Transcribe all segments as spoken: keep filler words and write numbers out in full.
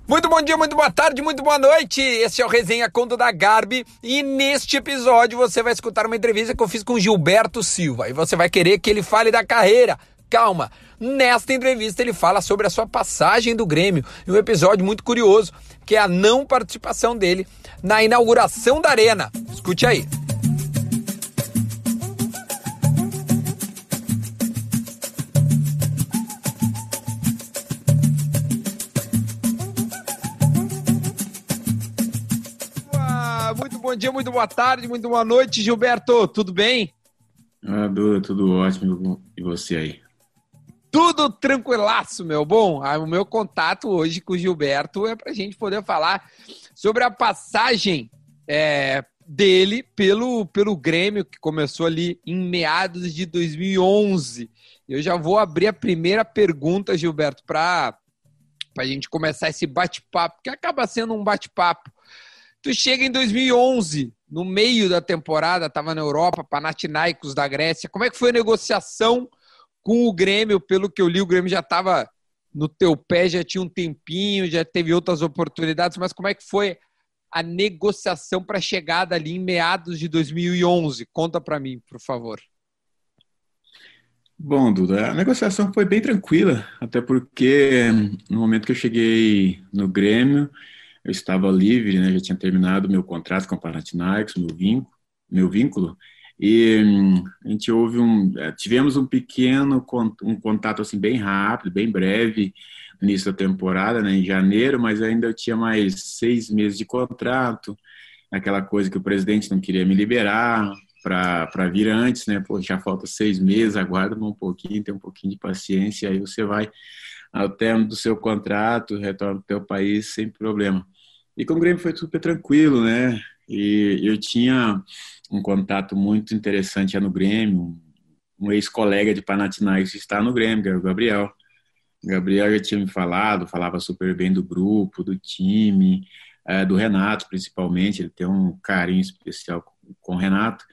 Muito bom dia, muito boa tarde, muito boa noite. Esse é o Resenha Conto da Garbi e neste episódio você vai escutar uma entrevista que eu fiz com Gilberto Silva e você vai querer que ele fale da carreira. Calma, nesta entrevista ele fala sobre a sua passagem do Grêmio e um episódio muito curioso, que é a não participação dele na inauguração da Arena. Escute aí. Muito bom dia, muito boa tarde, muito boa noite, Gilberto, tudo bem? Ah, Duda, tudo ótimo, e você aí? Tudo tranquilaço, meu bom. O meu contato hoje com o Gilberto é para a gente poder falar sobre a passagem é, dele pelo, pelo Grêmio, que começou ali em meados de dois mil e onze. Eu já vou abrir a primeira pergunta, Gilberto, para a gente começar esse bate-papo, que acaba sendo um bate-papo. Tu chega em dois mil e onze, no meio da temporada, estava na Europa, Panathinaikos da Grécia. Como é que foi a negociação com o Grêmio? Pelo que eu li, o Grêmio já estava no teu pé, já tinha um tempinho, já teve outras oportunidades, mas como é que foi a negociação para a chegada ali em meados de dois mil e onze? Conta para mim, por favor. Bom, Duda, a negociação foi bem tranquila, até porque no momento que eu cheguei no Grêmio, eu estava livre, né? Já tinha terminado meu contrato com o Panathinaikos, meu vínculo, meu vínculo, e hum, a gente houve um, tivemos um pequeno um contato assim bem rápido, bem breve no início da temporada, né? Em janeiro, mas ainda eu tinha mais seis meses de contrato, aquela coisa que o presidente não queria me liberar para vir antes, né? Pô, já falta seis meses, aguarda um pouquinho, tem um pouquinho de paciência, aí você vai ao término do seu contrato, retorna para o teu país sem problema. E com o Grêmio foi super tranquilo, né? E eu tinha um contato muito interessante no Grêmio, um ex-colega de Panathinaikos que está no Grêmio, que é o Gabriel. O Gabriel já tinha me falado, falava super bem do grupo, do time, do Renato principalmente, ele tem um carinho especial com o Renato.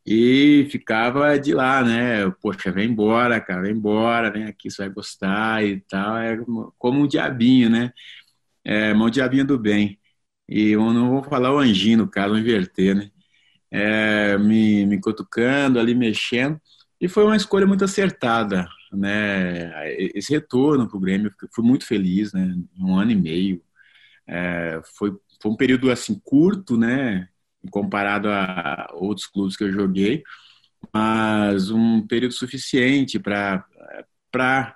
E ficava de lá, né? Poxa, vem embora, cara, vem embora, vem aqui, você vai gostar e tal. É como um diabinho, né? É, mão diabinho do bem. E eu não vou falar o anjinho, no caso, vou inverter, né? É, me, me cutucando ali, mexendo. E foi uma escolha muito acertada, né? Esse retorno para o Grêmio, eu fui muito feliz, né? Um ano e meio. É, foi, foi um período, assim, curto, né? Comparado a outros clubes que eu joguei, mas um período suficiente para para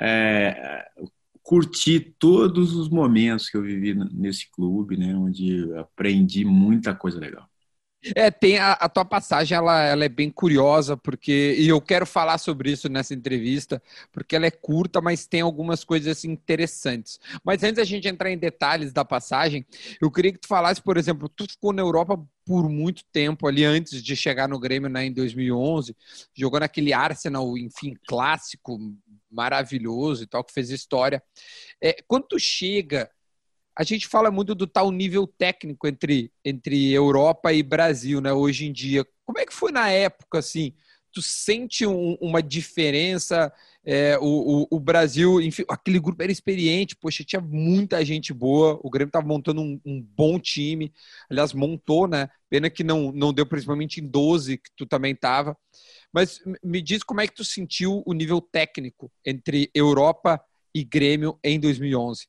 é, curtir todos os momentos que eu vivi nesse clube, né, onde eu aprendi muita coisa legal. É, tem a, a tua passagem, ela, ela é bem curiosa, porque, e eu quero falar sobre isso nessa entrevista, porque ela é curta, mas tem algumas coisas assim, interessantes. Mas antes da gente entrar em detalhes da passagem, eu queria que tu falasse, por exemplo, tu ficou na Europa por muito tempo ali, antes de chegar no Grêmio, né, em dois mil e onze, jogou naquele Arsenal, enfim, clássico, maravilhoso e tal, que fez história. É, quando tu chega... A gente fala muito do tal nível técnico entre, entre Europa e Brasil, né, hoje em dia. Como é que foi na época, assim? Tu sente um, uma diferença? É, o, o, o Brasil, enfim, aquele grupo era experiente, poxa, tinha muita gente boa, o Grêmio estava montando um, um bom time, aliás, montou, né? Pena que não, não deu, principalmente em doze, que tu também estava. Mas me diz como é que tu sentiu o nível técnico entre Europa e Grêmio em dois mil e onze?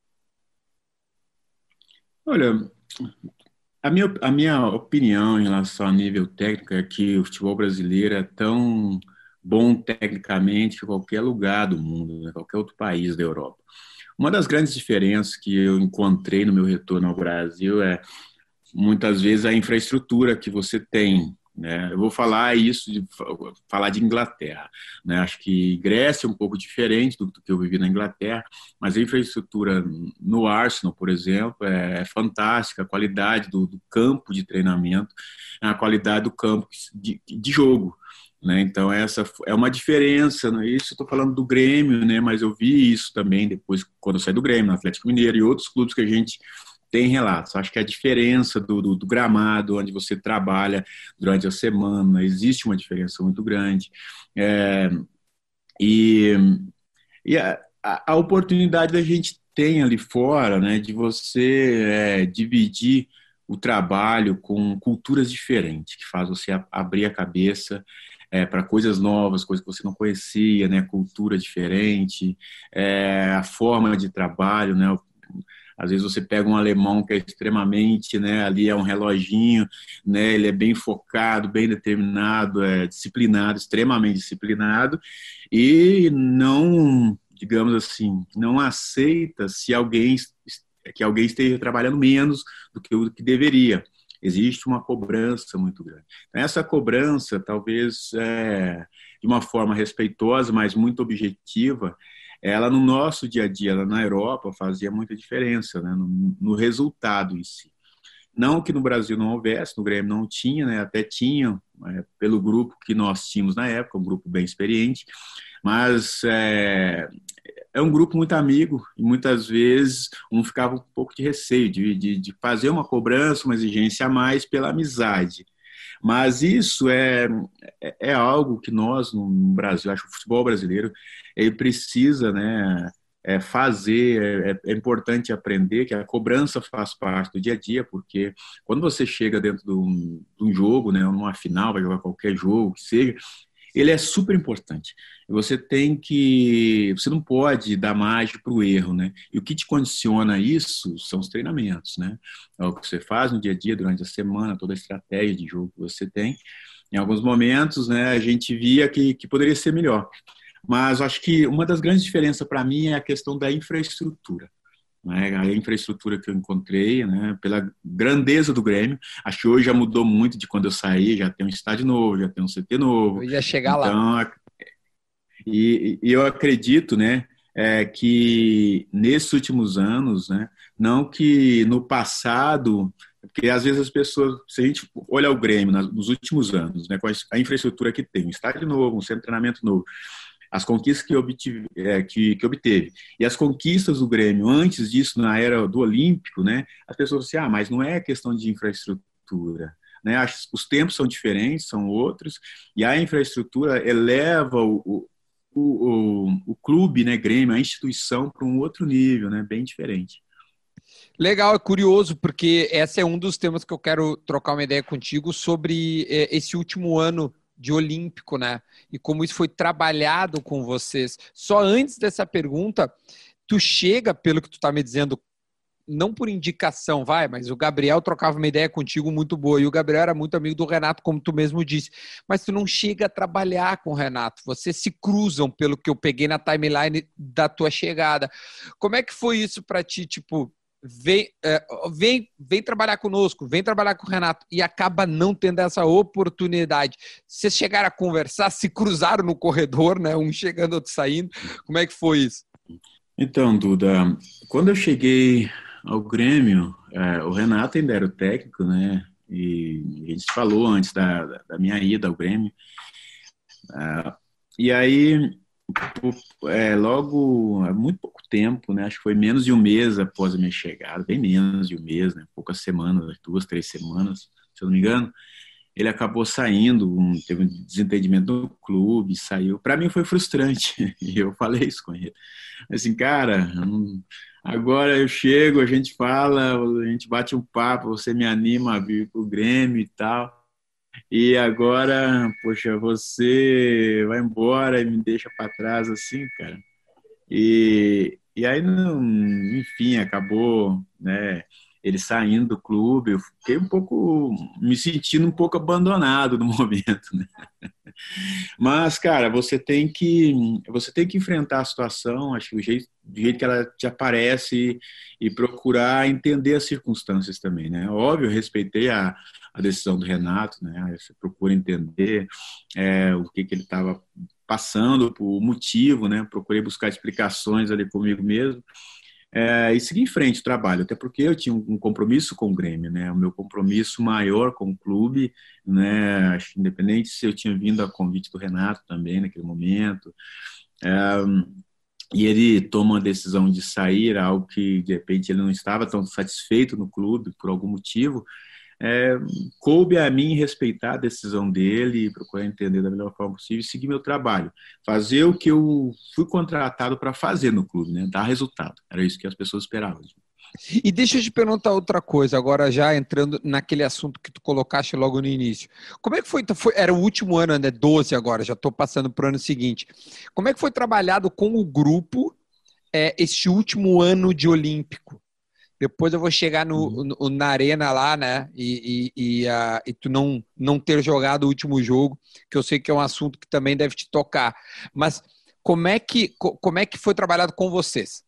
Olha, a minha, a minha opinião em relação ao nível técnico é que o futebol brasileiro é tão bom tecnicamente que qualquer lugar do mundo, né, qualquer outro país da Europa. Uma das grandes diferenças que eu encontrei no meu retorno ao Brasil é, muitas vezes, a infraestrutura que você tem, né? Eu vou falar isso, de, falar de Inglaterra, né? Acho que Grécia é um pouco diferente do, do que eu vivi na Inglaterra, mas a infraestrutura no Arsenal, por exemplo, é, é fantástica, a qualidade do, do campo de treinamento, a qualidade do campo de, de jogo. Né? Então, essa é uma diferença, né? Isso eu estou falando do Grêmio, né? Mas eu vi isso também depois, quando eu saí do Grêmio, no Atlético Mineiro e outros clubes que a gente tem relatos. Acho que a diferença do, do, do gramado, onde você trabalha durante a semana, existe uma diferença muito grande. É, e e a, a, a oportunidade da gente tem ali fora, né, de você é, dividir o trabalho com culturas diferentes, que faz você a- abrir a cabeça é, para coisas novas, coisas que você não conhecia, né, cultura diferente, é, a forma de trabalho, né, às vezes você pega um alemão que é extremamente, né, ali é um reloginho, né, ele é bem focado, bem determinado, é disciplinado, extremamente disciplinado, e não, digamos assim, não aceita se alguém que alguém esteja trabalhando menos do que o que deveria. Existe uma cobrança muito grande. Essa cobrança, talvez é, de uma forma respeitosa, mas muito objetiva, ela no nosso dia a dia, lá na Europa, fazia muita diferença, né, no, no resultado em si. Não que no Brasil não houvesse, no Grêmio não tinha, né, até tinha, é, pelo grupo que nós tínhamos na época, um grupo bem experiente, mas é, é um grupo muito amigo e muitas vezes um ficava um pouco de receio de, de, de fazer uma cobrança, uma exigência a mais pela amizade. Mas isso é, é, é algo que nós, no Brasil, acho que o futebol brasileiro, ele precisa, né, é fazer, é, é importante aprender que a cobrança faz parte do dia a dia, porque quando você chega dentro de um, de um jogo, né, numa final, vai jogar qualquer jogo que seja, ele é super importante. Você tem que, você não pode dar margem para o erro, né? E o que te condiciona isso são os treinamentos, né? É o que você faz no dia a dia, durante a semana, toda a estratégia de jogo que você tem. Em alguns momentos, né, a gente via que, que poderia ser melhor. Mas acho que uma das grandes diferenças para mim é a questão da infraestrutura, né? A infraestrutura que eu encontrei, né, pela grandeza do Grêmio, acho que hoje já mudou muito de quando eu saí, já tem um estádio novo, já tem um C T Eu novo, ia chegar lá. então, e, e eu acredito, né, é, que nesses últimos anos, né, não que no passado, porque às vezes as pessoas, se a gente olha o Grêmio nos últimos anos, né, com a infraestrutura que tem, um estádio novo, um centro de treinamento novo, as conquistas que, obtive, é, que, que obteve. E as conquistas do Grêmio, antes disso, na era do Olímpico, né, as pessoas dizem, ah, mas não é questão de infraestrutura. Né? Os tempos são diferentes, são outros, e a infraestrutura eleva o, o, o, o clube, né, Grêmio, a instituição, para um outro nível, né, bem diferente. Legal, é curioso, porque esse é um dos temas que eu quero trocar uma ideia contigo sobre é, esse último ano de Olímpico, né? E como isso foi trabalhado com vocês. Só antes dessa pergunta, tu chega, pelo que tu tá me dizendo, não por indicação, vai, mas o Gabriel trocava uma ideia contigo muito boa, e o Gabriel era muito amigo do Renato, como tu mesmo disse, mas tu não chega a trabalhar com o Renato, vocês se cruzam, pelo que eu peguei na timeline da tua chegada. Como é que foi isso para ti, tipo, vem, é, vem, vem trabalhar conosco, vem trabalhar com o Renato, e acaba não tendo essa oportunidade? Vocês chegaram a conversar, se cruzaram no corredor, né, um chegando, outro saindo, como é que foi isso? Então, Duda, quando eu cheguei ao Grêmio, é, o Renato ainda era o técnico, né? E a gente falou antes da, da minha ida ao Grêmio. É, e aí, é, logo, há muito pouco tempo, né? Acho que foi menos de um mês após a minha chegada, bem menos de um mês, né? Poucas semanas, duas, três semanas, se eu não me engano. Ele acabou saindo, um, teve um desentendimento no clube, saiu. Para mim foi frustrante, e eu falei isso com ele. Assim, cara, agora eu chego, a gente fala, a gente bate um papo, você me anima a vir pro Grêmio e tal. E agora, poxa, você vai embora e me deixa para trás assim, cara. E, e aí, não, enfim, acabou, né, ele saindo do clube, eu fiquei um pouco, me sentindo um pouco abandonado no momento, né? Mas, cara, você tem que, você tem que enfrentar a situação, acho que do jeito, do jeito que ela te aparece e procurar entender as circunstâncias também, né? Óbvio, eu respeitei a, a decisão do Renato, né? Você procura entender é, o que, que ele estava passando, o motivo, né? Procurei buscar explicações ali comigo mesmo. É, e seguir em frente o trabalho, até porque eu tinha um compromisso com o Grêmio, né? O meu compromisso maior com o clube, né? Acho que independente se eu tinha vindo a convite do Renato também naquele momento, é, e ele toma a decisão de sair, algo que de repente ele não estava tão satisfeito no clube por algum motivo, é, coube a mim respeitar a decisão dele, procurar entender da melhor forma possível e seguir meu trabalho. Fazer o que eu fui contratado para fazer no clube, né? Dar resultado. Era isso que as pessoas esperavam. E deixa eu te perguntar outra coisa, agora já entrando naquele assunto que tu colocaste logo no início. Como é que foi, foi era o último ano, né? doze agora, já estou passando para o ano seguinte. Como é que foi trabalhado com o grupo é, este último ano de Olímpico? Depois eu vou chegar no, no, na arena lá, né? E, e, e, uh, e tu não, não ter jogado o último jogo, que eu sei que é um assunto que também deve te tocar. Mas como é que, como é que foi trabalhado com vocês?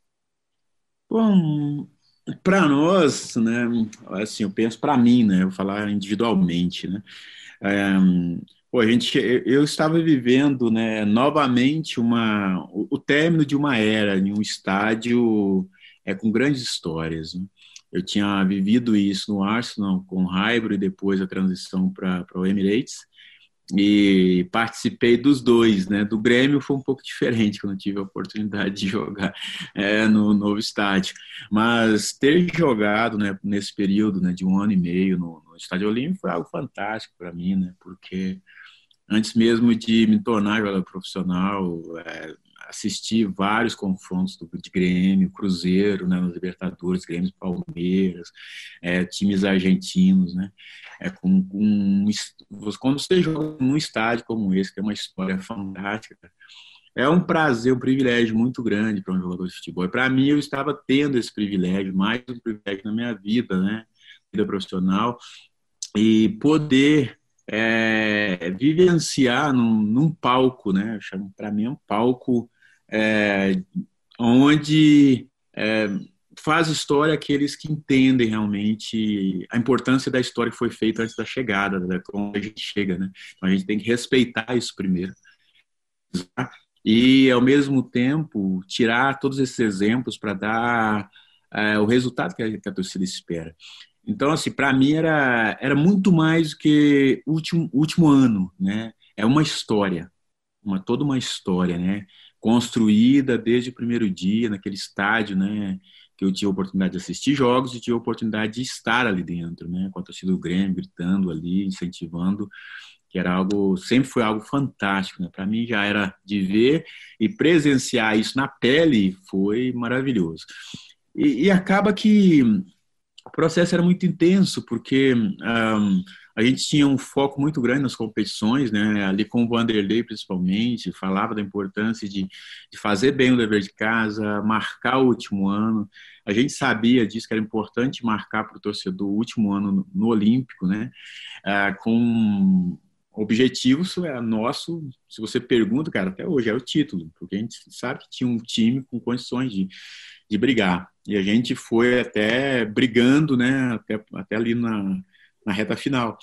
Bom, para nós, né, assim, eu penso para mim, né, eu vou falar individualmente, né, é, pô, a gente, eu estava vivendo, né, novamente uma, o, o término de uma era em um estádio é, com grandes histórias, né? Eu tinha vivido isso no Arsenal com o Highbury, depois a transição para o Emirates, e participei dos dois, né? Do Grêmio foi um pouco diferente, quando eu tive a oportunidade de jogar é, no novo estádio. Mas ter jogado, né, nesse período, né, de um ano e meio no, no Estádio Olímpico foi algo fantástico para mim, né? Porque antes mesmo de me tornar jogador profissional, é, assisti vários confrontos do, de Grêmio, Cruzeiro, né, nos Libertadores, Grêmio, Palmeiras, é, times argentinos, né? É, com, com, quando você joga num estádio como esse, que é uma história fantástica, é um prazer, um privilégio muito grande para um jogador de futebol. E para mim, eu estava tendo esse privilégio, mais um privilégio na minha vida, né? Vida profissional, e poder é, vivenciar num, num palco, né? Para mim é um palco é, onde é, faz história aqueles que entendem realmente a importância da história que foi feita antes da chegada, né? Como a gente chega, né? Então a gente tem que respeitar isso primeiro. E, ao mesmo tempo, tirar todos esses exemplos para dar é, o resultado que a, que a torcida espera. Então, assim, para mim era, era muito mais do que o último, último ano, né? É uma história, uma, toda uma história, né? Construída desde o primeiro dia, naquele estádio, né? Que eu tive a oportunidade de assistir jogos e tive a oportunidade de estar ali dentro, né? Com a torcida do Grêmio, gritando ali, incentivando, que era algo, sempre foi algo fantástico, né? Para mim já era de ver e presenciar isso na pele foi maravilhoso. E, e acaba que o processo era muito intenso, porque um, a gente tinha um foco muito grande nas competições, né? Ali com o Vanderlei, principalmente, falava da importância de, de fazer bem o dever de casa, marcar o último ano. A gente sabia disso, que era importante marcar para o torcedor o último ano no, no Olímpico, né? Ah, com objetivos é nosso, se você pergunta, cara, até hoje é o título, porque a gente sabe que tinha um time com condições de, de brigar. E a gente foi até brigando, né, até, até ali na, na reta final.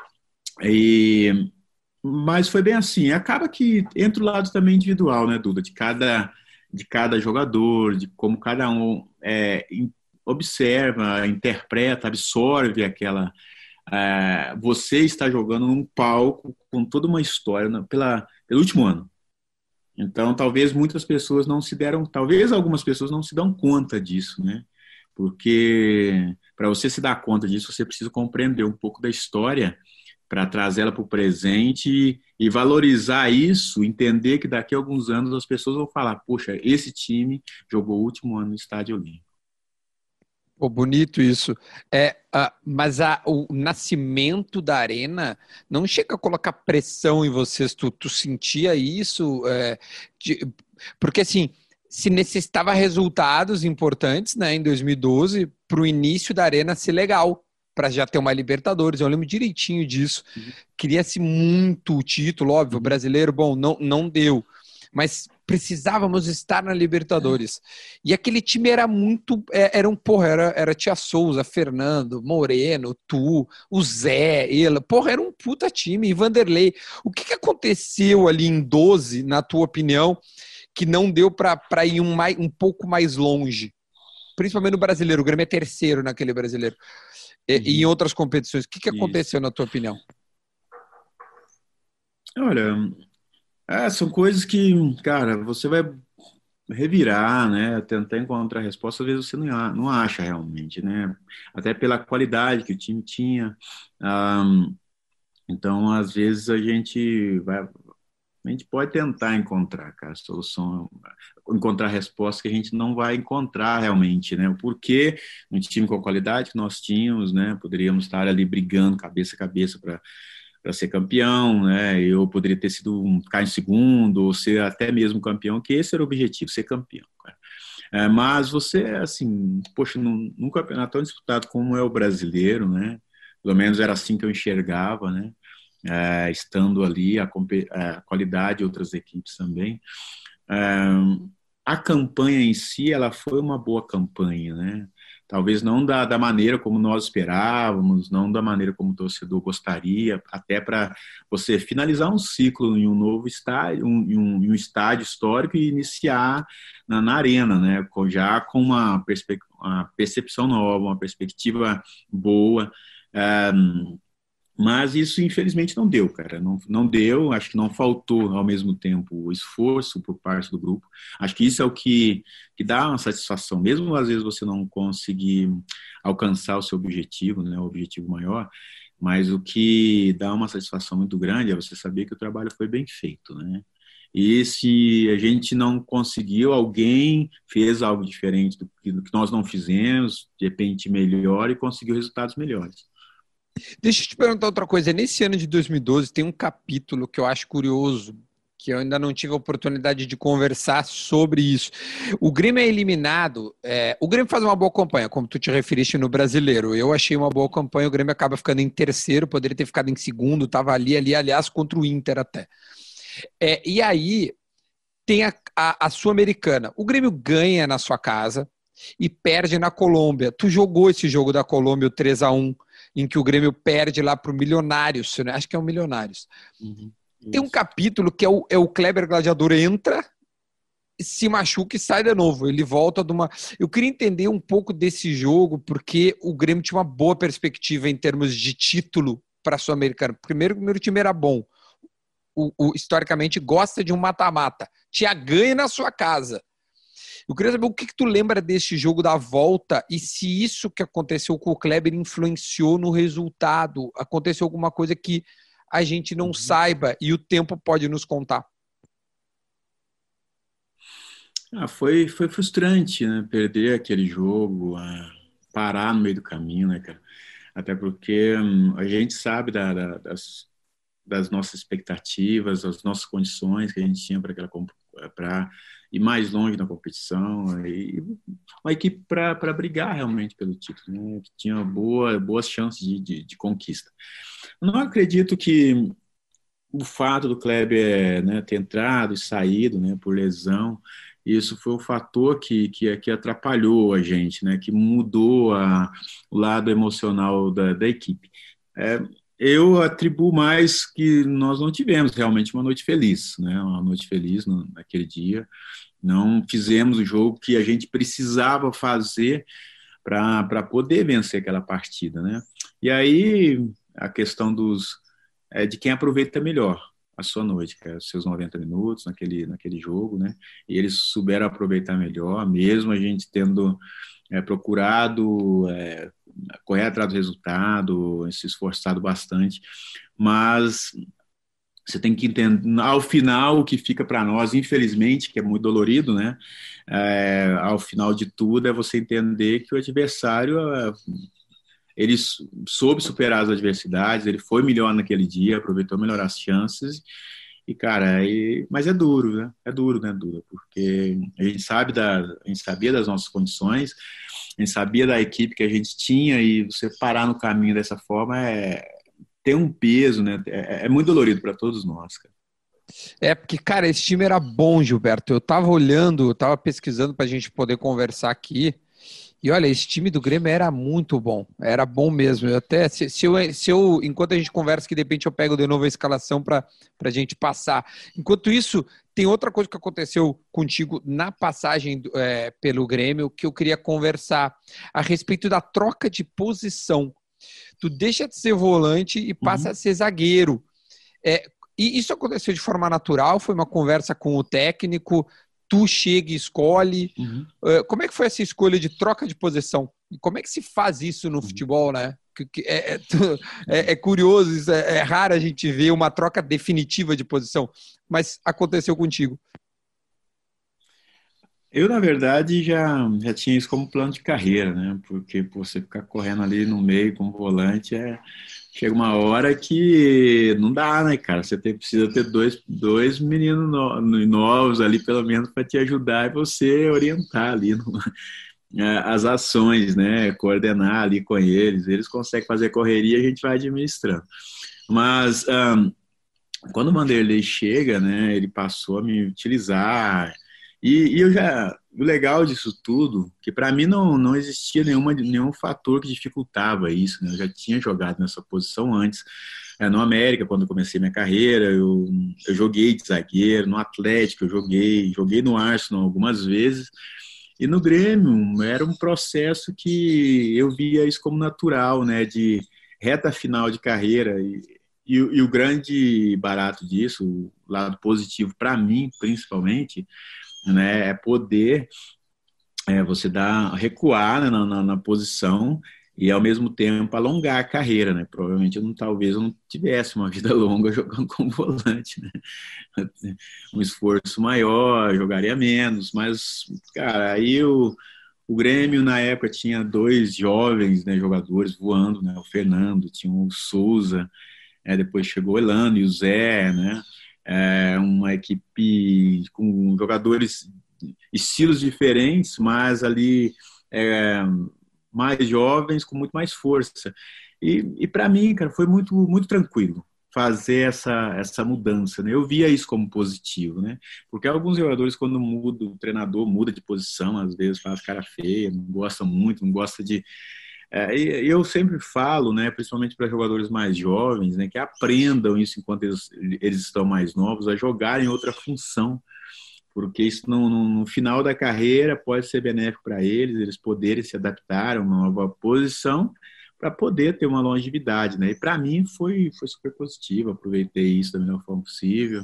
E, mas foi bem assim. Acaba que entra o lado também individual, né, Duda, de cada, de cada jogador, de como cada um é, observa, interpreta, absorve aquela... É, você está jogando num palco com toda uma história na, pela, pelo último ano. Então, talvez muitas pessoas não se deram, talvez algumas pessoas não se dão conta disso, né? Porque para você se dar conta disso, você precisa compreender um pouco da história para trazê-la para o presente e valorizar isso, entender que daqui a alguns anos as pessoas vão falar, poxa, esse time jogou o último ano no Estádio Olímpico. Oh, bonito isso. É, uh, mas a, o nascimento da arena não chega a colocar pressão em vocês. Tu, tu sentia isso? É, de, porque assim, se necessitava resultados importantes, né, em dois mil e doze para o início da arena ser legal, para já ter uma Libertadores. Eu lembro direitinho disso. Uhum. Queria-se muito o título, óbvio, uhum. brasileiro, bom, não, não deu. Mas precisávamos estar na Libertadores. É. E aquele time era muito... Era um, porra, era, era Tia Souza, Fernando, Moreno, tu, o Zé, ele. Porra, era um puta time. E Vanderlei. O que, que aconteceu ali em doze, na tua opinião, que não deu para ir um, mais, um pouco mais longe? Principalmente no brasileiro. O Grêmio é terceiro naquele brasileiro. E, uhum. e em outras competições. O que, que aconteceu, Isso. na tua opinião? Olha... Ah, são coisas que, cara, você vai revirar, né? Tentar encontrar resposta, às vezes você não, a- não acha realmente, né? Até pela qualidade que o time tinha. Ahm, então, às vezes, a gente vai, a gente pode tentar encontrar, cara, solução, encontrar respostas que a gente não vai encontrar realmente, né? O porquê um time com a qualidade que nós tínhamos, né? Poderíamos estar ali brigando cabeça a cabeça para para ser campeão, né? Eu poderia ter sido um, ficar em segundo, ou ser até mesmo campeão, que esse era o objetivo, ser campeão, cara. É, mas você, assim, poxa, num, num campeonato tão disputado como é o brasileiro, né? Pelo menos era assim que eu enxergava, né? É, estando ali, a, a qualidade de outras equipes também. É, a campanha em si, ela foi uma boa campanha, né? Talvez não da, da maneira como nós esperávamos, não da maneira como o torcedor gostaria, até para você finalizar um ciclo em um novo estádio, um, em, um, em um estádio histórico e iniciar na, na arena, né? Com, já com uma, perspe uma percepção nova, uma perspectiva boa. É, mas isso, infelizmente, não deu, cara. Não, não deu, acho que não faltou, ao mesmo tempo, o esforço por parte do grupo. Acho que isso é o que, que dá uma satisfação. Mesmo, às vezes, você não conseguir alcançar o seu objetivo, né, o objetivo maior, mas o que dá uma satisfação muito grande é você saber que o trabalho foi bem feito, né? E se a gente não conseguiu, alguém fez algo diferente do que, do que nós não fizemos, de repente melhor, e conseguiu resultados melhores. Deixa eu te perguntar outra coisa. Nesse ano de dois mil e doze, tem um capítulo que eu acho curioso, que eu ainda não tive a oportunidade de conversar sobre isso. O Grêmio é eliminado. É, o Grêmio faz uma boa campanha, como tu te referiste no Brasileiro. Eu achei uma boa campanha. O Grêmio acaba ficando em terceiro, poderia ter ficado em segundo, estava ali, ali, aliás, contra o Inter até. É, e aí tem a, a, a Sul-Americana. O Grêmio ganha na sua casa e perde na Colômbia. Tu jogou esse jogo da Colômbia, o três a um, em que o Grêmio perde lá para o Milionários, né? Acho que é o Milionários. Uhum, Tem um isso. capítulo que é o, é o Kleber Gladiador entra, se machuca e sai de novo. Ele volta de uma... Eu queria entender um pouco desse jogo, porque o Grêmio tinha uma boa perspectiva em termos de título para a Sul-Americana. Primeiro, o primeiro time era bom. O, o, historicamente, gosta de um mata-mata. Tinha ganho na sua casa. Eu queria saber o que, que tu lembra desse jogo da volta e se isso que aconteceu com o Kleber influenciou no resultado. Aconteceu alguma coisa que a gente não Uhum. saiba e o tempo pode nos contar. Ah, foi, foi frustrante, né? Perder aquele jogo, ah, parar no meio do caminho, né, cara? Até porque hum, a gente sabe da, da, das, das nossas expectativas, das nossas condições que a gente tinha para aquela para ir mais longe na competição e uma equipe para brigar realmente pelo título, né? Que tinha boa, boas chances de, de, de conquista. Não acredito que o fato do Kleber, né, ter entrado e saído, né, por lesão, isso foi o fator que, que, que atrapalhou a gente, né, que mudou a, o lado emocional da, da equipe. É, eu atribuo mais que nós não tivemos realmente uma noite feliz, né, uma noite feliz no, naquele dia. Não fizemos o jogo que a gente precisava fazer para poder vencer aquela partida, né? E aí a questão dos é, de quem aproveita melhor a sua noite, que é os seus noventa minutos naquele, naquele jogo, né? E eles souberam aproveitar melhor, mesmo a gente tendo é, procurado é, correr atrás do resultado, se esforçado bastante, mas você tem que entender, ao final, o que fica para nós, infelizmente, que é muito dolorido, né? É, ao final de tudo, é você entender que o adversário é, ele soube superar as adversidades, ele foi melhor naquele dia, aproveitou melhor as chances. E, cara, e, mas é duro, né? É duro, né, Duda? Porque a gente sabe da, a gente sabia das nossas condições, a gente sabia da equipe que a gente tinha e você parar no caminho dessa forma é tem um peso, né? É, é muito dolorido para todos nós, cara. É, porque, cara, esse time era bom, Gilberto. Eu tava olhando, eu tava pesquisando pra gente poder conversar aqui. E olha, esse time do Grêmio era muito bom. Era bom mesmo. Eu até, se, se, eu, se eu, enquanto a gente conversa, que de repente eu pego de novo a escalação para a gente passar. Enquanto isso, tem outra coisa que aconteceu contigo na passagem é, pelo Grêmio que eu queria conversar a respeito da troca de posição. Tu deixa de ser volante e passa Uhum. a ser zagueiro. É, e isso aconteceu de forma natural? Foi uma conversa com o técnico? tu chega e escolhe. Uhum. Uh, como é que foi essa escolha de troca de posição? Como é que se faz isso no Uhum. futebol, né? Que, que é, é, é, é curioso, isso é, é raro a gente ver uma troca definitiva de posição, mas aconteceu contigo. Eu, na verdade, já, já tinha isso como plano de carreira, né? Porque pô, você ficar correndo ali no meio como volante, é, chega uma hora que não dá, né, cara? Você tem, precisa ter dois, dois meninos no, novos ali, pelo menos, para te ajudar e você orientar ali no, as ações, né? Coordenar ali com eles. Eles conseguem fazer correria, a gente vai administrando. Mas um, quando o Vanderlei chega, né? Ele passou a me utilizar. E, e eu já, o legal disso tudo, que para mim não, não existia nenhuma, nenhum fator que dificultava isso, né? Eu já tinha jogado nessa posição antes. É, no América, quando eu comecei minha carreira, eu, eu joguei de zagueiro, no Atlético eu joguei, joguei no Arsenal algumas vezes. E no Grêmio era um processo que eu via isso como natural, né? De reta final de carreira. E, e, e o grande barato disso, o lado positivo para mim, principalmente, né, é poder é, você dar, recuar, né, na, na, na posição e ao mesmo tempo alongar a carreira, né? Provavelmente eu não, talvez eu não tivesse uma vida longa jogando como volante, né? Um esforço maior, jogaria menos, mas, cara, aí o, o Grêmio na época tinha dois jovens, né, jogadores voando, né? O Fernando, tinha o Souza, é, depois chegou o Elano e o Zé, né? É uma equipe com jogadores, estilos diferentes, mas ali é, mais jovens, com muito mais força. E, e para mim, cara, foi muito, muito tranquilo fazer essa, essa mudança, né? Eu via isso como positivo, né? Porque alguns jogadores, quando muda, o treinador muda de posição, às vezes faz cara feia, não gosta muito, não gosta de... É, e eu sempre falo, né, principalmente para jogadores mais jovens, né, que aprendam isso enquanto eles, eles estão mais novos, a jogarem outra função, porque isso no, no, no final da carreira pode ser benéfico para eles, eles poderem se adaptar a uma nova posição para poder ter uma longevidade, né? E para mim foi, foi super positivo, aproveitei isso da melhor forma possível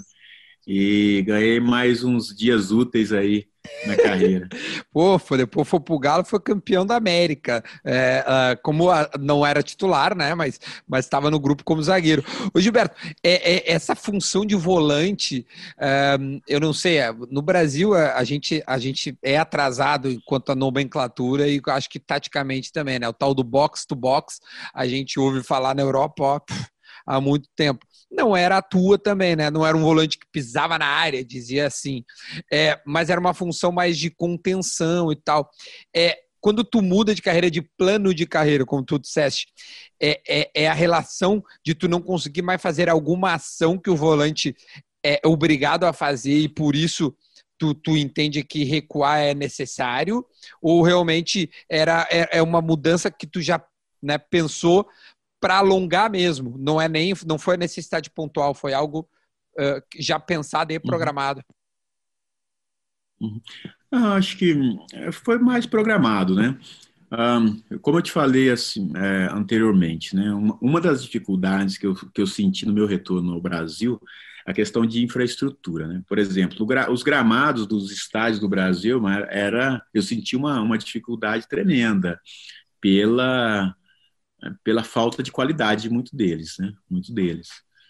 e ganhei mais uns dias úteis aí na carreira. Pô, foi, depois foi pro Galo, foi campeão da América. É, uh, como a, não era titular, né? Mas mas estava no grupo como zagueiro. Ô, Gilberto, é, é, essa função de volante, é, eu não sei, é, no Brasil a, a, gente, a gente é atrasado enquanto a nomenclatura e acho que taticamente também, né? O tal do box to box, a gente ouve falar na Europa, ó, pff, há muito tempo. Não era a tua também, né? Não era um volante que pisava na área, dizia assim. É, mas era uma função mais de contenção e tal. É, quando tu muda de carreira, de plano de carreira, como tu disseste, é, é, é a relação de tu não conseguir mais fazer alguma ação que o volante é obrigado a fazer e por isso tu, tu entende que recuar é necessário? Ou realmente era, é, é uma mudança que tu já, né, pensou para alongar mesmo, não é nem, não foi necessidade pontual, foi algo uh, já pensado e programado. Uhum. Uhum. Eu acho que foi mais programado, né? Um, como eu te falei assim, é, anteriormente, né? Uma, uma das dificuldades que eu, que eu senti no meu retorno ao Brasil, a questão de infraestrutura, né? Por exemplo, gra, os gramados dos estádios do Brasil, era, eu senti uma, uma dificuldade tremenda pela pela falta de qualidade de muito deles, né? Muitos deles.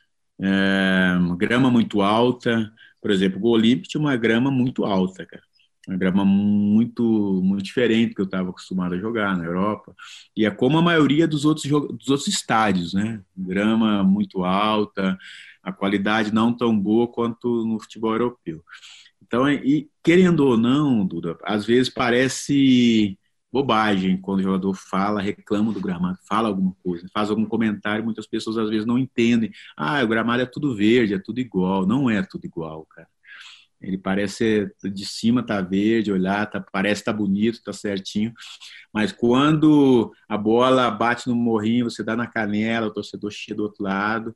É, grama muito alta, por exemplo, o Olímpico tinha uma grama muito alta, cara. Uma grama muito, muito diferente do que eu estava acostumado a jogar na Europa. E é como a maioria dos outros, dos outros estádios, né? Grama muito alta, a qualidade não tão boa quanto no futebol europeu. Então, e, querendo ou não, Duda, às vezes parece bobagem quando o jogador fala, reclama do gramado, fala alguma coisa, faz algum comentário, muitas pessoas às vezes não entendem. Ah, o gramado é tudo verde, é tudo igual. Não é tudo igual, cara. Ele parece, de cima tá verde, olhar, tá, parece tá bonito, tá certinho, mas quando a bola bate no morrinho, você dá na canela, o torcedor chega do outro lado,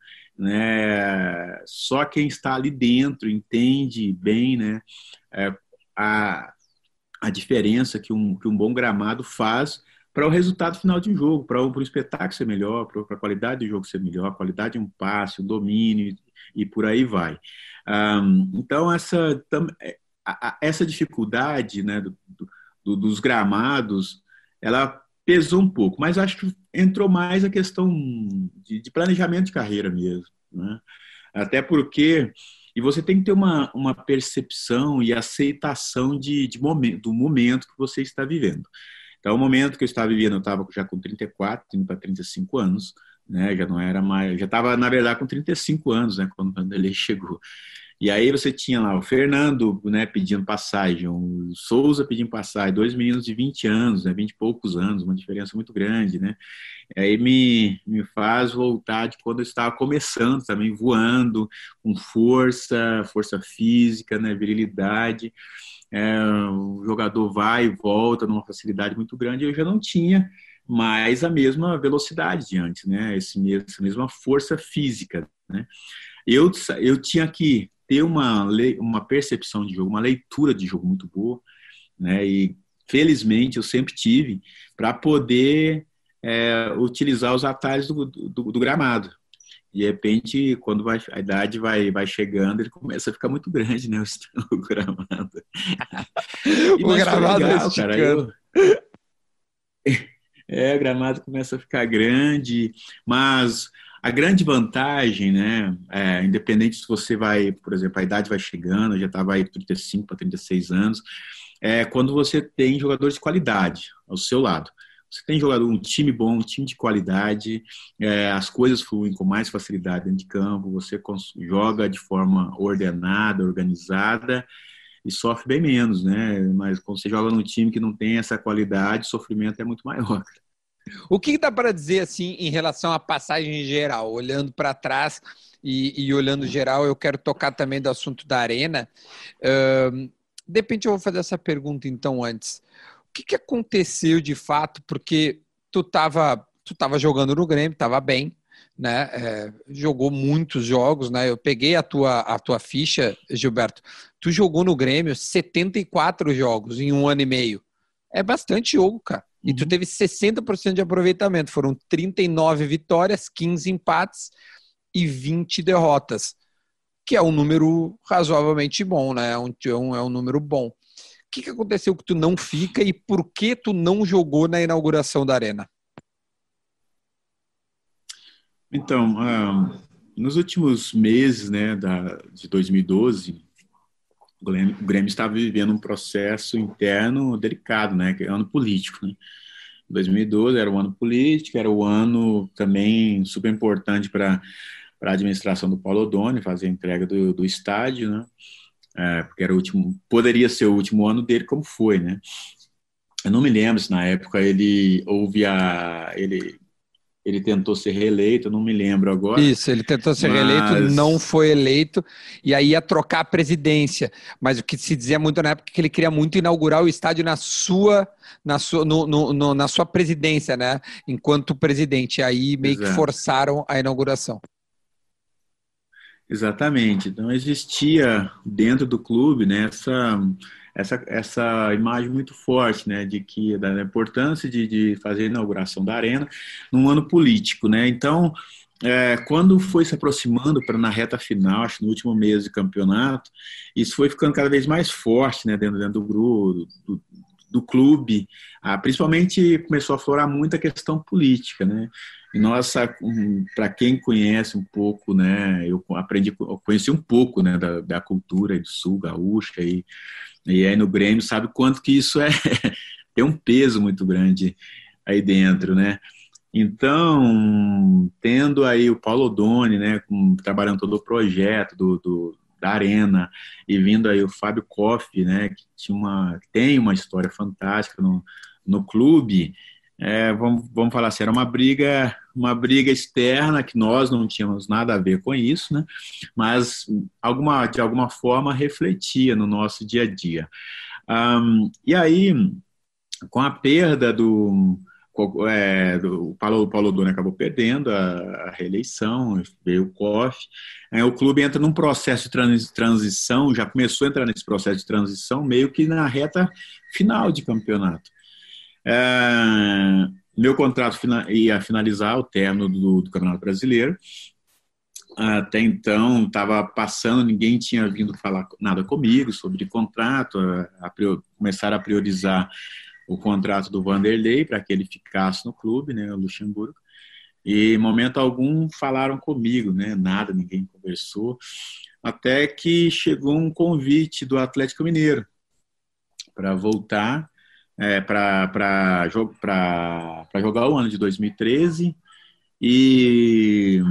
né? Só quem está ali dentro entende bem, né? É, a a diferença que um, que um bom gramado faz para o resultado final de um jogo, para o espetáculo ser melhor, para a qualidade do jogo ser melhor, a qualidade de um passe, o domínio e, e por aí vai. Um, então, essa, a, a, essa dificuldade, né, do, do, dos gramados, ela pesou um pouco, mas acho que entrou mais a questão de, de planejamento de carreira mesmo, né? Até porque, e você tem que ter uma, uma percepção e aceitação de, de momento, do momento que você está vivendo. Então, o momento que eu estava vivendo, eu estava já com trinta e quatro, indo para trinta e cinco anos, né? Já não era mais, já estava, na verdade, com trinta e cinco anos, né? Quando o Vanderlei chegou. E aí você tinha lá o Fernando, né, pedindo passagem, o Souza pedindo passagem, dois meninos de vinte anos, né, vinte e poucos anos, uma diferença muito grande, né? E aí me, me faz voltar de quando eu estava começando também, voando, com força, força física, né, virilidade. É, o jogador vai e volta numa facilidade muito grande, eu já não tinha mais a mesma velocidade de antes, né? Esse mesmo, essa mesma força física, né? Eu, eu tinha que ter uma, uma percepção de jogo, uma leitura de jogo muito boa, né? E felizmente eu sempre tive para poder é, utilizar os atalhos do, do, do gramado. De repente, quando vai, a idade vai, vai chegando, ele começa a ficar muito grande, né? O, o gramado. E, o mas foi gramado legal, cara. Eu, é, o gramado começa a ficar grande, mas a grande vantagem, né, é, independente se você vai, por exemplo, a idade vai chegando, já estava aí trinta e cinco para trinta e seis anos, é quando você tem jogadores de qualidade ao seu lado. Você tem jogador, um time bom, um time de qualidade, é, as coisas fluem com mais facilidade dentro de campo, você joga de forma ordenada, organizada e sofre bem menos, né? Mas quando você joga num time que não tem essa qualidade, o sofrimento é muito maior. O que dá para dizer assim em relação à passagem geral, olhando para trás e, e olhando geral, eu quero tocar também do assunto da Arena. Uh, de repente eu vou fazer essa pergunta então antes. O que, que aconteceu de fato? Porque tu estava tu tava jogando no Grêmio, estava bem, né? É, jogou muitos jogos, né? Eu peguei a tua, a tua ficha, Gilberto. Tu jogou no Grêmio setenta e quatro jogos em um ano e meio. É bastante jogo, cara. E tu teve sessenta por cento de aproveitamento. Foram trinta e nove vitórias, quinze empates e vinte derrotas. Que é um número razoavelmente bom, né? É um, é um número bom. O que, que aconteceu que tu não fica e por que tu não jogou na inauguração da Arena? Então, uh, nos últimos meses, né, da, de dois mil e doze, o Grêmio, o Grêmio estava vivendo um processo interno delicado, né, que é ano político, né? dois mil e doze era o ano político, era o ano também super importante para a administração do Paulo Odoni, fazer a entrega do, do estádio, né? É, porque era o último, poderia ser o último ano dele, como foi, né? Eu não me lembro se na época ele houve a, ele, ele tentou ser reeleito, eu não me lembro agora. Isso, ele tentou ser mas... reeleito, não foi eleito, e aí ia trocar a presidência. Mas o que se dizia muito na época é que ele queria muito inaugurar o estádio na sua, na sua, no, no, no, na sua presidência, né? Enquanto presidente. Aí meio Exato. que forçaram a inauguração. Exatamente. Então existia dentro do clube, né, essa, essa, essa imagem muito forte, né, de que da importância de, de fazer a inauguração da Arena num ano político, né. Então, é, quando foi se aproximando para na reta final, acho que no último mês de campeonato, isso foi ficando cada vez mais forte, né, dentro, dentro do grupo, do, do clube. Ah, principalmente começou a aflorar muito a questão política, né. E nossa, para quem conhece um pouco, né, eu aprendi, eu conheci um pouco, né, da, da cultura do Sul, gaúcha, e, e aí no Grêmio sabe quanto que isso é, tem um peso muito grande aí dentro, né. Então, tendo aí o Paulo Odoni, né, com, trabalhando todo o projeto do, do, da Arena, e vindo aí o Fábio Koff, né, que tinha uma, tem uma história fantástica no, no clube. É, vamos, vamos falar assim, era uma briga, uma briga externa que nós não tínhamos nada a ver com isso, né? Mas alguma, de alguma forma refletia no nosso dia a dia. Um, e aí, com a perda do, é, do Paulo, Paulo Odoni acabou perdendo a, a reeleição, veio o Koff, é, o clube entra num processo de trans, transição, já começou a entrar nesse processo de transição meio que na reta final de campeonato. É, meu contrato ia finalizar o término do, do Campeonato Brasileiro Até então, estava passando, ninguém tinha vindo falar nada comigo sobre contrato, a, a, começaram a priorizar o contrato do Vanderlei para que ele ficasse no clube, né, o Luxemburgo, e em momento algum falaram comigo, né, nada, ninguém conversou, até que chegou um convite do Atlético Mineiro para voltar, é, para jogar o ano de dois mil e treze, e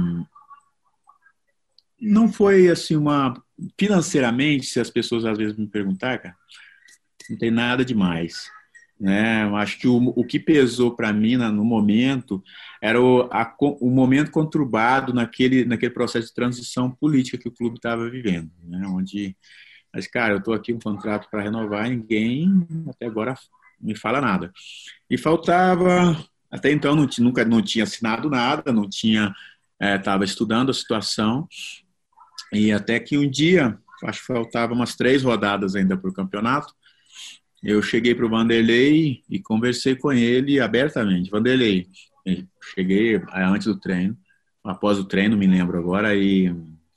não foi assim uma... Financeiramente, se as pessoas às vezes me perguntarem, cara, não tem nada demais, né? Eu acho que o, o que pesou para mim no momento era o, a, o momento conturbado naquele, naquele processo de transição política que o clube estava vivendo, né? Onde, mas, cara, eu estou aqui um contrato para renovar e ninguém até agora me fala nada. E faltava, até então não, nunca não tinha assinado nada, não tinha, estava é, estudando a situação, e até que um dia, acho que faltava umas três rodadas ainda para o campeonato, eu cheguei para o Vanderlei e conversei com ele abertamente. Vanderlei, cheguei antes do treino, após o treino, me lembro agora, e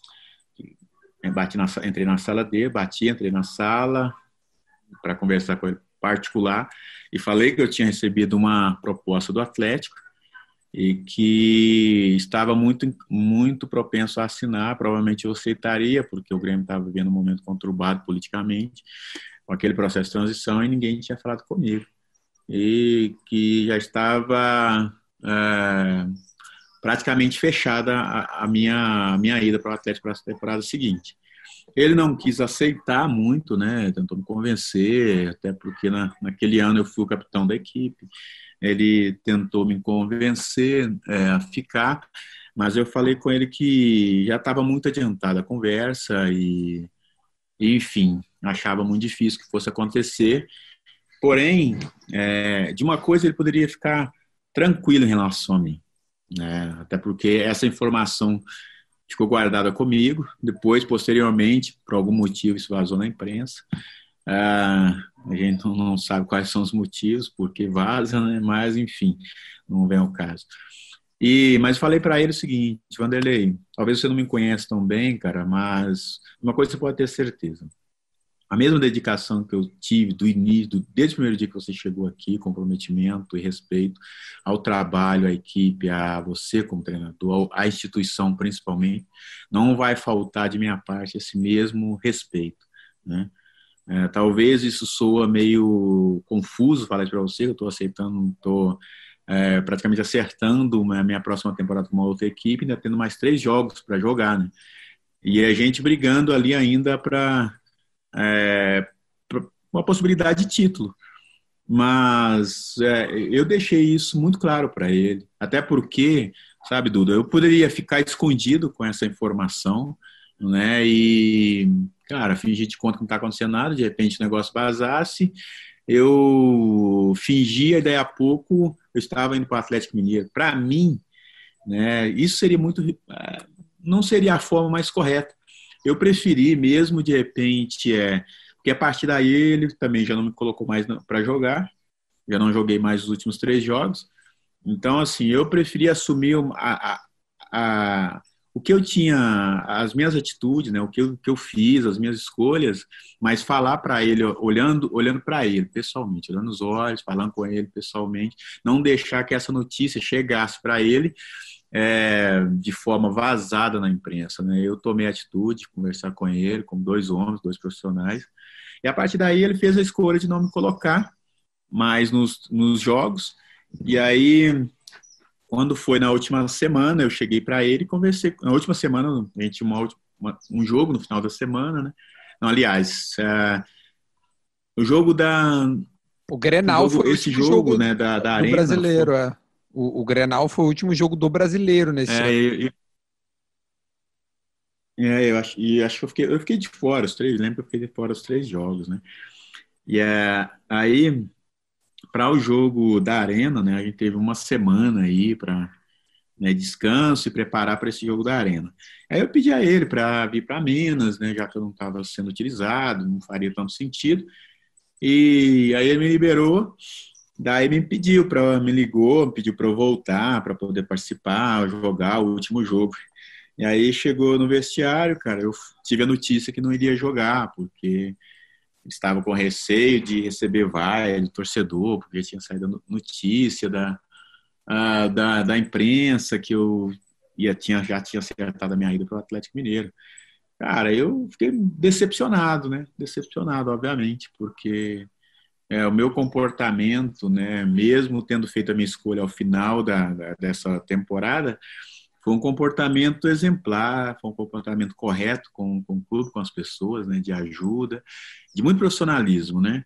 bati na, entrei na sala dele, bati, entrei na sala para conversar com ele particular e falei que eu tinha recebido uma proposta do Atlético e que estava muito, muito propenso a assinar, provavelmente eu aceitaria, porque o Grêmio estava vivendo um momento conturbado politicamente, com aquele processo de transição, e ninguém tinha falado comigo. E que já estava é, praticamente fechada a, a, minha, a minha ida para o Atlético para essa temporada seguinte. Ele não quis aceitar muito, né? Tentou me convencer, até porque na, naquele ano eu fui o capitão da equipe. Ele tentou me convencer é, a ficar, mas eu falei com ele que já estava muito adiantada a conversa e, e, enfim, achava muito difícil que fosse acontecer. Porém, é, de uma coisa ele poderia ficar tranquilo em relação a mim, né? Até porque essa informação ficou guardada comigo. Depois, posteriormente, por algum motivo, isso vazou na imprensa. Ah, a gente não sabe quais são os motivos, porque vaza, né? Mas, enfim, não vem ao caso. E, mas falei para ele o seguinte: Vanderlei, talvez você não me conheça tão bem, cara, mas uma coisa você pode ter certeza. A mesma dedicação que eu tive do início, desde o primeiro dia que você chegou aqui, comprometimento e respeito ao trabalho, à equipe, a você como treinador, à instituição principalmente, não vai faltar de minha parte esse mesmo respeito, né? É, talvez isso soa meio confuso falar para você, eu estou aceitando, estou é, praticamente acertando a minha próxima temporada com uma outra equipe, ainda tendo mais três jogos para jogar, né? E a gente brigando ali ainda para é, uma possibilidade de título. Mas é, eu deixei isso muito claro para ele, até porque, sabe, Duda, eu poderia ficar escondido com essa informação, né, e, cara, fingir de conta que não está acontecendo nada, de repente o negócio vazasse, eu fingia e daí a pouco eu estava indo para o Atlético Mineiro. Para mim, né, isso seria muito, não seria a forma mais correta. Eu preferi mesmo, de repente, é, porque a partir daí ele também já não me colocou mais para jogar, já não joguei mais os últimos três jogos, então, assim, eu preferi assumir a, a, a, o que eu tinha, as minhas atitudes, né, o que eu, que eu fiz, as minhas escolhas, mas falar para ele, olhando, olhando para ele pessoalmente, olhando nos olhos, falando com ele pessoalmente, não deixar que essa notícia chegasse para ele É, de forma vazada na imprensa, né? Eu tomei a atitude de conversar com ele, com dois homens, dois profissionais, e a partir daí ele fez a escolha de não me colocar mais nos, nos jogos, e aí, quando foi na última semana, eu cheguei para ele e conversei, na última semana, a gente tinha uma, uma, um jogo no final da semana, né? Não, aliás, é, o jogo da... O Grenal o jogo, foi o esse último jogo, jogo né, da, da do Arena... brasileiro, foi, é. O, o Grenal foi o último jogo do brasileiro nesse é, ano. eu, É, eu acho, e acho que eu fiquei, eu fiquei de fora os três, lembro que eu fiquei de fora os três jogos, né? E é, aí, para o jogo da Arena, né, a gente teve uma semana aí para, né, descanso e preparar para esse jogo da Arena. Aí eu pedi a ele para vir para Minas, né, já que eu não estava sendo utilizado, não faria tanto sentido. E aí ele me liberou, daí me pediu para, me ligou, pediu para eu voltar, para poder participar, jogar o último jogo. E aí chegou no vestiário, cara, eu tive a notícia que não iria jogar, porque estava com receio de receber vaia de torcedor, porque tinha saído notícia da, a, da, da imprensa que eu ia, tinha, já tinha acertado a minha ida para o Atlético Mineiro. Cara, eu fiquei decepcionado, né? Decepcionado, obviamente, porque é, o meu comportamento, né, mesmo tendo feito a minha escolha ao final da, da, dessa temporada, foi um comportamento exemplar, foi um comportamento correto com, com o clube, com as pessoas, né, de ajuda, de muito profissionalismo, né?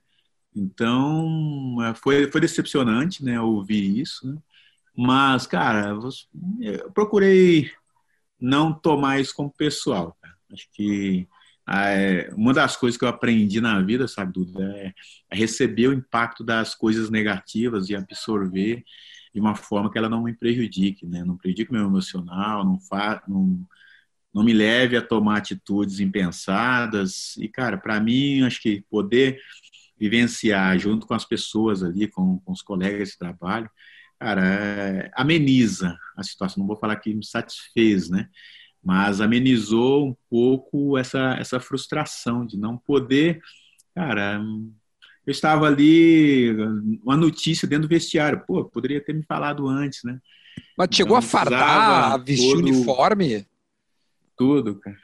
Então, é, foi, foi decepcionante, né, ouvir isso, né? Mas, cara, eu procurei não tomar isso como pessoal, cara. Acho que é, uma das coisas que eu aprendi na vida, sabe, Duda, é, é receber o impacto das coisas negativas e absorver de uma forma que ela não me prejudique, né? Não prejudique meu emocional, não, fa não, não me leve a tomar atitudes impensadas. E, cara, para mim, acho que poder vivenciar junto com as pessoas ali, com, com os colegas de trabalho, cara, é, ameniza a situação. Não vou falar que me satisfez, né? Mas amenizou um pouco essa, essa frustração de não poder, cara, eu estava ali, uma notícia dentro do vestiário, pô, poderia ter me falado antes, né? Mas Então chegou a não fardar, a precisava vestir todo, uniforme? tudo, cara.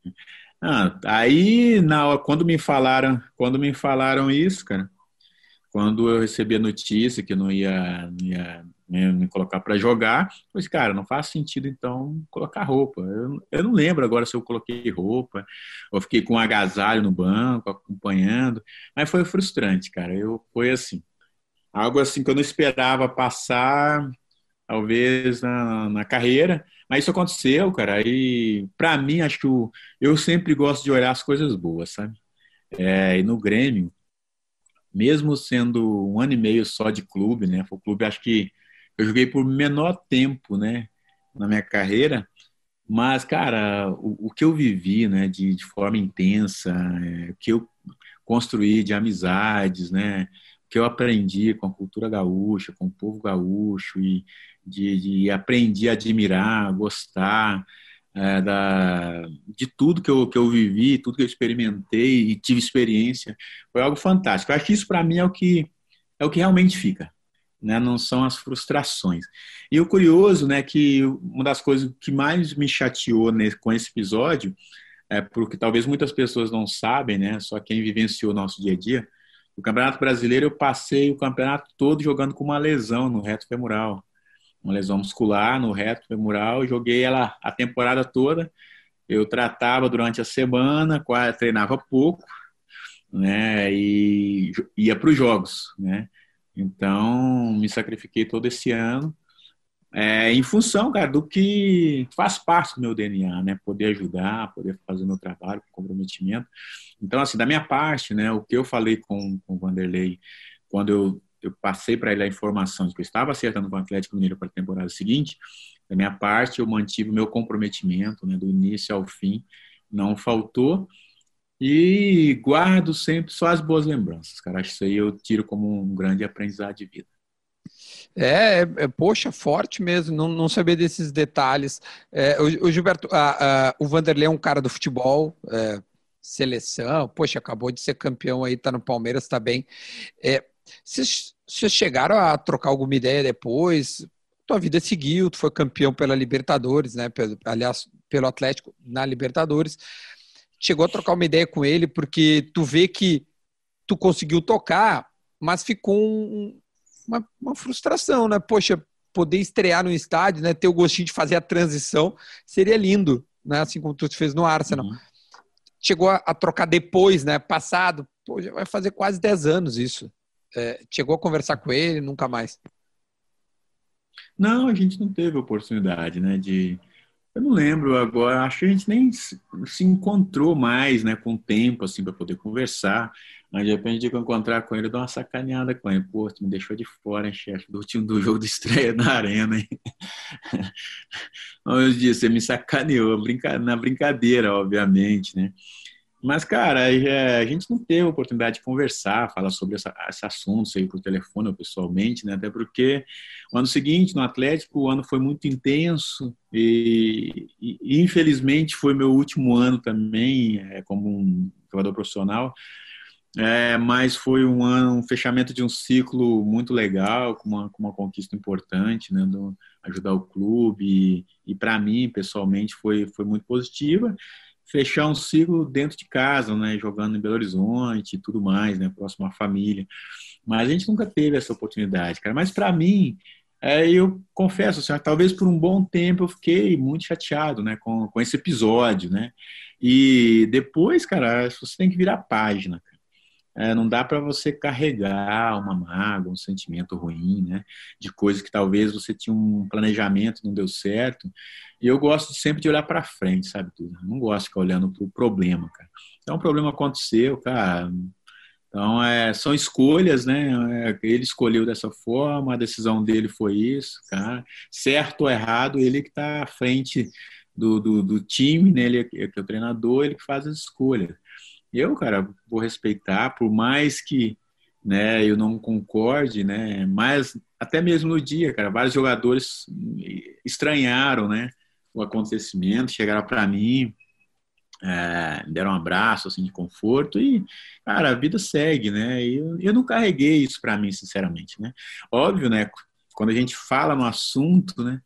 Ah, aí, na, quando me falaram, quando me falaram isso, cara, quando eu recebi a notícia que não ia, não ia me, me colocar para jogar, eu falei, cara, não faz sentido então colocar roupa. Eu, eu não lembro agora se eu coloquei roupa, ou fiquei com um agasalho no banco, acompanhando, mas foi frustrante, cara. Eu, foi assim, algo assim que eu não esperava passar, talvez, na, na carreira, mas isso aconteceu, cara. E para mim, acho que eu, eu sempre gosto de olhar as coisas boas, sabe? É, e no Grêmio, mesmo sendo um ano e meio só de clube, né? Foi o clube, acho que eu joguei por menor tempo, né? Na minha carreira, mas, cara, o, o que eu vivi, né? De, de forma intensa, é, o que eu construí de amizades, né? O que eu aprendi com a cultura gaúcha, com o povo gaúcho e de, de aprendi a admirar, gostar, é, da, de tudo que eu, que eu vivi, tudo que eu experimentei e tive experiência, foi algo fantástico. Eu acho que isso para mim é o que é o que realmente fica, né? Não são as frustrações. E o curioso, né, que uma das coisas que mais me chateou nesse, com esse episódio é porque talvez muitas pessoas não sabem, né? Só quem vivenciou o nosso dia a dia. O Campeonato Brasileiro eu passei o campeonato todo jogando com uma lesão no reto femoral, uma lesão muscular no reto femoral. Joguei ela a temporada toda. Eu tratava durante a semana, quase treinava pouco, né? E ia para os jogos, né? Então me sacrifiquei todo esse ano, é, em função, cara, do que faz parte do meu D N A, né? Poder ajudar, poder fazer o meu trabalho com comprometimento. Então, assim, da minha parte, né? O que eu falei com, com o Vanderlei quando eu eu passei para ele a informação de que eu estava acertando com o Atlético Mineiro para a temporada seguinte, da minha parte, eu mantive o meu comprometimento, né, do início ao fim, não faltou, e guardo sempre só as boas lembranças, cara. Acho que isso aí eu tiro como um grande aprendizado de vida. É, é, é, poxa, forte mesmo, não, não saber desses detalhes. É, o, o Gilberto, a, a, o Vanderlei é um cara do futebol, é, seleção, poxa, acabou de ser campeão aí, tá no Palmeiras, tá bem. É, vocês, vocês chegaram a trocar alguma ideia depois? Tua vida seguiu, tu foi campeão pela Libertadores, né? Pelo, aliás, pelo Atlético na Libertadores. Chegou a trocar uma ideia com ele, porque tu vê que tu conseguiu tocar, mas ficou um, uma, uma frustração, né? Poxa, poder estrear no estádio, né? Ter o gostinho de fazer a transição, seria lindo, né? Assim como tu fez no Arsenal. Uhum. Chegou a, a trocar depois, né? Passado, pô, já vai fazer quase dez anos isso. É, chegou a conversar com ele, nunca mais. Não, a gente não teve oportunidade, né, de... Eu não lembro agora, acho que a gente nem se se encontrou mais, né, com o tempo, assim, para poder conversar. Mas de repente, que eu encontrar com ele, eu dou uma sacaneada com ele. Pô, tu me deixou de fora, hein, chefe, do time do jogo de estreia na arena, hein? Eu disse, você me sacaneou, brinca... na brincadeira, obviamente, né? Mas, cara, é, a gente não teve a oportunidade de conversar, falar sobre essa, esse assunto, sei por telefone ou pessoalmente, né? Até porque o ano seguinte, no Atlético, o ano foi muito intenso e, e e, infelizmente, foi meu último ano também é, como um jogador profissional. É, mas foi um ano, um fechamento de um ciclo muito legal, com uma, com uma conquista importante, né? Do, ajudar o clube e, e para mim, pessoalmente, foi, foi muito positiva fechar um ciclo dentro de casa, né, jogando em Belo Horizonte e tudo mais, né, próximo à família. Mas a gente nunca teve essa oportunidade, cara. Mas para mim, é, eu confesso, assim, talvez por um bom tempo eu fiquei muito chateado, né, com, com esse episódio, né. E depois, cara, você tem que virar página. É, não dá para você carregar uma mágoa, um sentimento ruim, né? De coisas que talvez você tinha um planejamento e não deu certo. E eu gosto sempre de olhar para frente, sabe? Tudo. Não gosto de ficar olhando para o problema, cara. Então, o problema aconteceu, cara. Então, é, são escolhas, né? É, ele escolheu dessa forma, a decisão dele foi isso, cara. Certo ou errado, ele que está à frente do, do, do time, né? Ele é, que é o treinador, ele que faz as escolhas. Eu, cara, vou respeitar, por mais que, né, eu não concorde, né, mas até mesmo no dia, cara, vários jogadores estranharam, né, o acontecimento, chegaram para mim, é, deram um abraço, assim, de conforto e, cara, a vida segue, né, e eu, eu não carreguei isso para mim, sinceramente, né. Óbvio, né, quando a gente fala no assunto, né,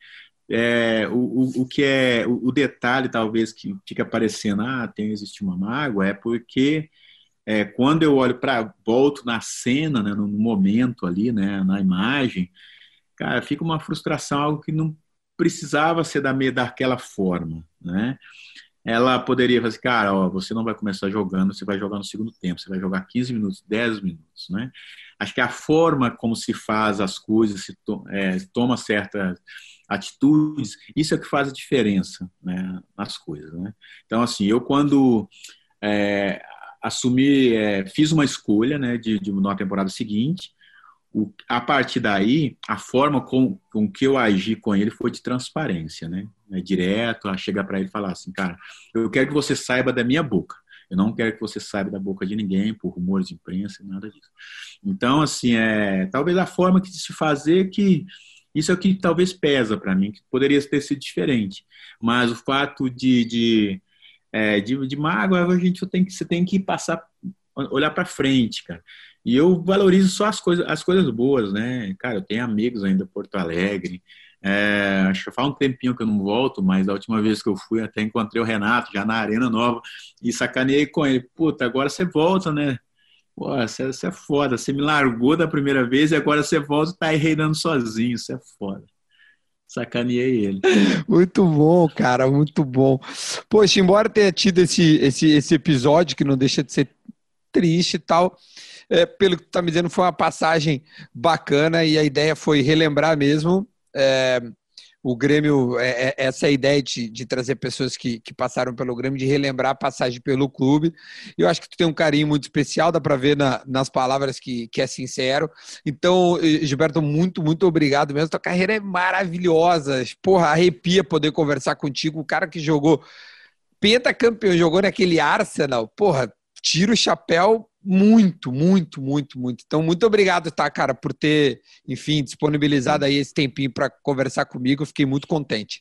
é, o, o, o que é o, o detalhe talvez que fica aparecendo, ah, tem existe uma mágoa, é porque é, quando eu olho para volto na cena, né, no, no momento ali, né, na imagem, cara, fica uma frustração, algo que não precisava ser da daquela forma, né? Ela poderia fazer, cara, ó, você não vai começar jogando, você vai jogar no segundo tempo, você vai jogar quinze minutos, dez minutos, né? Acho que a forma como se faz as coisas, se to, é, toma certas atitudes, isso é o que faz a diferença, né, nas coisas, né? Então, assim, eu quando é, assumi, é, fiz uma escolha, né, de, de uma temporada seguinte, o, a partir daí, a forma com, com que eu agi com ele foi de transparência, né? É direto, a chegar para ele e falar assim, cara, eu quero que você saiba da minha boca. Eu não quero que você saiba da boca de ninguém, por rumores de imprensa, nada disso. Então, assim, é, talvez a forma que se fazer que isso é o que talvez pesa para mim, que poderia ter sido diferente. Mas o fato de, de, é, de, de mágoa, a gente tem que, você tem que passar, olhar para frente, cara. E eu valorizo só as coisas, as coisas boas, né? Cara, eu tenho amigos ainda em Porto Alegre. É, acho que faz um tempinho que eu não volto, mas da última vez que eu fui até encontrei o Renato, já na Arena Nova, e sacaneei com ele. Puta, agora você volta, né? Pô, você, você é foda. Você me largou da primeira vez e agora você volta e tá aí reinando sozinho. Isso é foda. Sacaneei ele. Muito bom, cara, muito bom. Poxa, embora tenha tido esse, esse, esse episódio que não deixa de ser triste e tal, é, pelo que tu tá me dizendo, foi uma passagem bacana e a ideia foi relembrar mesmo. É, o Grêmio, é, é, essa é a ideia de, de trazer pessoas que, que passaram pelo Grêmio, de relembrar a passagem pelo clube. Eu acho que tu tem um carinho muito especial, dá para ver na, nas palavras que, que é sincero. Então, Gilberto, muito, muito obrigado mesmo. Tua carreira é maravilhosa. Porra, arrepia poder conversar contigo. O cara que jogou pentacampeão, jogou naquele Arsenal, porra, tira o chapéu muito, muito, muito, muito. Então, muito obrigado, tá, cara, por ter, enfim, disponibilizado aí esse tempinho para conversar comigo. Eu fiquei muito contente.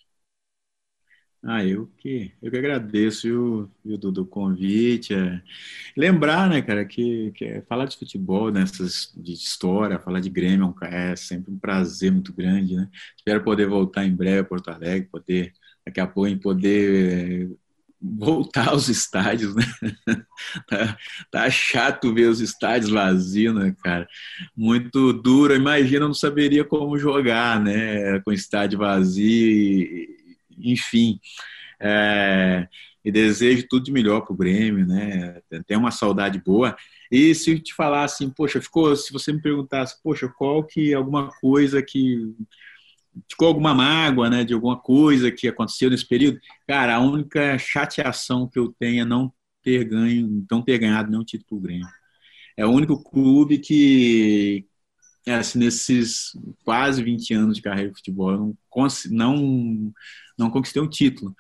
Ah, eu que, eu que agradeço, viu, viu, do, do convite. É. Lembrar, né, cara, que, que é falar de futebol, nessas de história, falar de Grêmio é um- é sempre um prazer muito grande, né? Espero poder voltar em breve a Porto Alegre, poder, daqui a pouco, em poder é, voltar aos estádios, né? Tá, tá chato ver os estádios vazios, né, cara? Muito duro. Imagina, eu não saberia como jogar, né? Com estádio vazio, e- enfim. É, e desejo tudo de melhor para o Grêmio, né? Tem uma saudade boa. E se eu te falar assim, poxa, ficou, se você me perguntasse, poxa, qual que alguma coisa que ficou alguma mágoa, né, de alguma coisa que aconteceu nesse período, cara, a única chateação que eu tenho é não ter ganho, não ter ganhado nenhum título pro Grêmio. É o único clube que, assim, nesses quase vinte anos de carreira de futebol, eu não, não, não conquistei um título.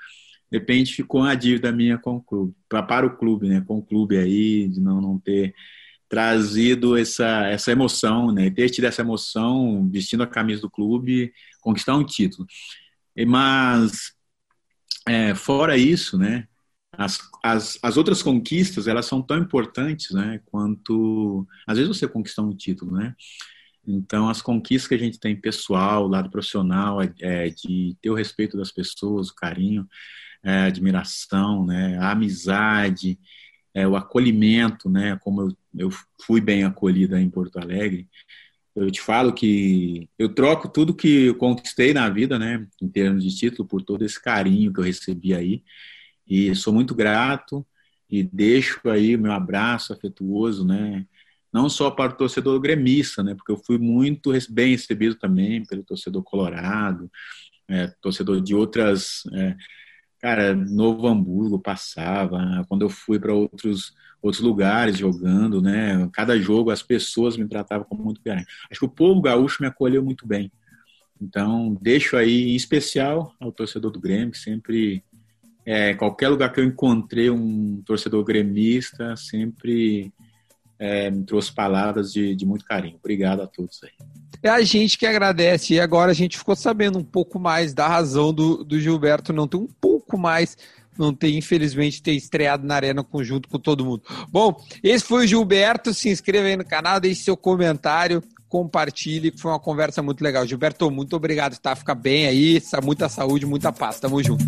de repente ficou uma dívida minha com o clube, para o clube, né? Com o clube aí, de não, não ter trazido essa, essa emoção, né? Ter tido essa emoção vestindo a camisa do clube, conquistar um título. Mas, é, fora isso, né? As, as, as outras conquistas, elas são tão importantes, né? Quanto, às vezes, você conquistar um título, né? Então, as conquistas que a gente tem pessoal, lado profissional, é, de ter o respeito das pessoas, o carinho, é, a admiração, né? A amizade, é, o acolhimento, né? Como eu, eu fui bem acolhida em Porto Alegre. Eu te falo que eu troco tudo que eu conquistei na vida, né? Em termos de título, por todo esse carinho que eu recebi aí. E sou muito grato e deixo aí o meu abraço afetuoso, né? Não só para o torcedor gremista, né? Porque eu fui muito bem recebido também pelo torcedor colorado, é, torcedor de outras... É, cara, Novo Hamburgo passava, quando eu fui para outros, outros lugares jogando, né? Cada jogo as pessoas me tratavam com muito carinho. Acho que o povo gaúcho me acolheu muito bem. Então, deixo aí, em especial, ao torcedor do Grêmio, que sempre... É, qualquer lugar que eu encontrei um torcedor gremista, sempre é, me trouxe palavras de, de muito carinho. Obrigado a todos aí. É a gente que agradece. E agora a gente ficou sabendo um pouco mais da razão do, do Gilberto não ter um pouco mais, não ter, infelizmente, ter estreado na Arena junto com todo mundo. Bom, esse foi o Gilberto. Se inscreva aí no canal, deixe seu comentário, compartilhe, que foi uma conversa muito legal. Gilberto, muito obrigado, tá? Fica bem aí, muita saúde, muita paz. Tamo junto.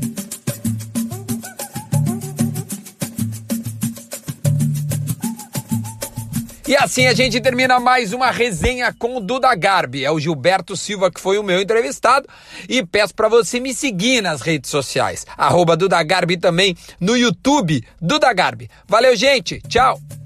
E assim a gente termina mais uma resenha com o Duda Garbi. É o Gilberto Silva que foi o meu entrevistado. E peço para você me seguir nas redes sociais. Arroba Duda Garbi também no YouTube. Duda Garbi. Valeu, gente. Tchau.